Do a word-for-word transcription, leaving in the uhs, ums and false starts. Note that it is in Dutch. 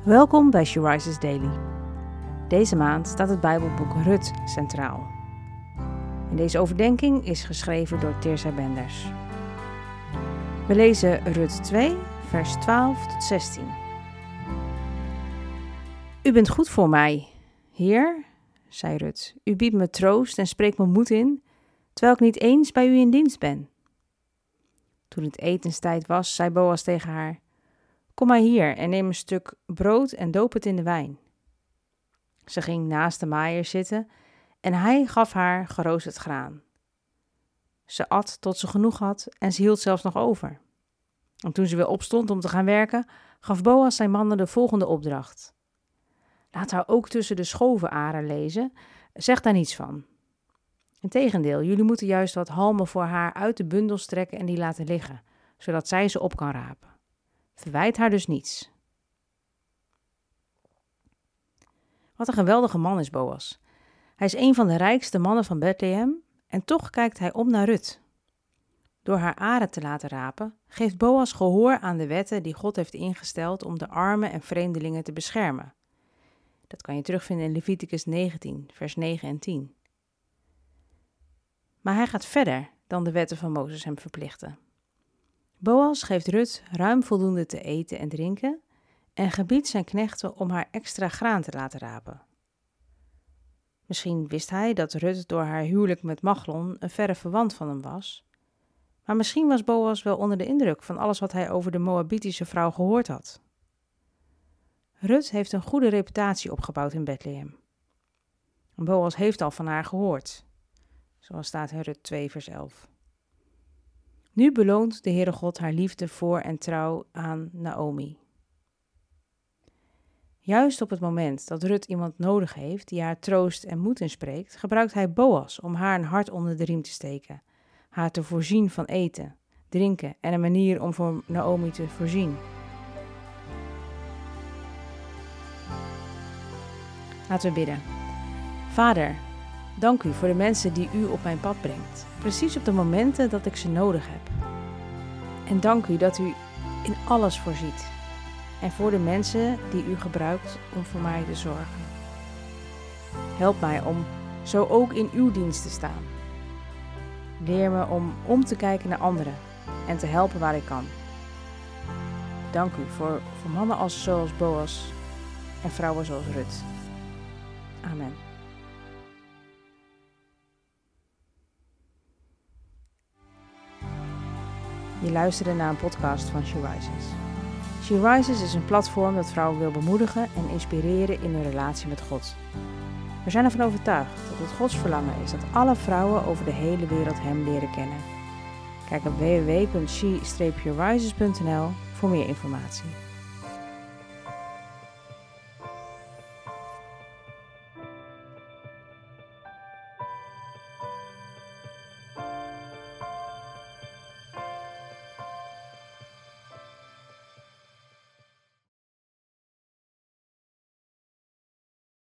Welkom bij She Rises Daily. Deze maand staat het Bijbelboek Rut centraal. En deze overdenking is geschreven door Tirza Benders. We lezen Rut twee, vers twaalf tot zestien. U bent goed voor mij, Heer, zei Rut. U biedt me troost en spreekt me moed in, terwijl ik niet eens bij u in dienst ben. Toen het etenstijd was, zei Boas tegen haar: Kom maar hier en neem een stuk brood en doop het in de wijn. Ze ging naast de maaier zitten en hij gaf haar geroosterd graan. Ze at tot ze genoeg had en ze hield zelfs nog over. En toen ze weer opstond om te gaan werken, gaf Boas zijn mannen de volgende opdracht: Laat haar ook tussen de schovenaren lezen, zeg daar niets van. Integendeel, jullie moeten juist wat halmen voor haar uit de bundels trekken en die laten liggen, zodat zij ze op kan rapen. Verwijt haar dus niets. Wat een geweldige man is Boas. Hij is een van de rijkste mannen van Bethlehem en toch kijkt hij om naar Rut. Door haar aren te laten rapen, geeft Boas gehoor aan de wetten die God heeft ingesteld om de armen en vreemdelingen te beschermen. Dat kan je terugvinden in Leviticus negentien, vers negen en tien. Maar hij gaat verder dan de wetten van Mozes hem verplichten. Boas geeft Rut ruim voldoende te eten en drinken en gebiedt zijn knechten om haar extra graan te laten rapen. Misschien wist hij dat Rut door haar huwelijk met Machlon een verre verwant van hem was, maar misschien was Boas wel onder de indruk van alles wat hij over de Moabitische vrouw gehoord had. Rut heeft een goede reputatie opgebouwd in Bethlehem. Boas heeft al van haar gehoord, zoals staat in Rut twee, vers elf. Nu beloont de Heere God haar liefde voor en trouw aan Naomi. Juist op het moment dat Rut iemand nodig heeft die haar troost en moed inspreekt, gebruikt hij Boas om haar een hart onder de riem te steken, haar te voorzien van eten, drinken en een manier om voor Naomi te voorzien. Laten we bidden. Vader, dank u voor de mensen die u op mijn pad brengt, precies op de momenten dat ik ze nodig heb. En dank u dat u in alles voorziet en voor de mensen die u gebruikt om voor mij te zorgen. Help mij om zo ook in uw dienst te staan. Leer me om om te kijken naar anderen en te helpen waar ik kan. Dank u voor, voor mannen als, zoals Boas en vrouwen zoals Rut. Amen. Je luisterde naar een podcast van She Rises. She Rises is een platform dat vrouwen wil bemoedigen en inspireren in hun relatie met God. We zijn ervan overtuigd dat het Gods verlangen is dat alle vrouwen over de hele wereld Hem leren kennen. Kijk op w w w punt she rises punt n l voor meer informatie.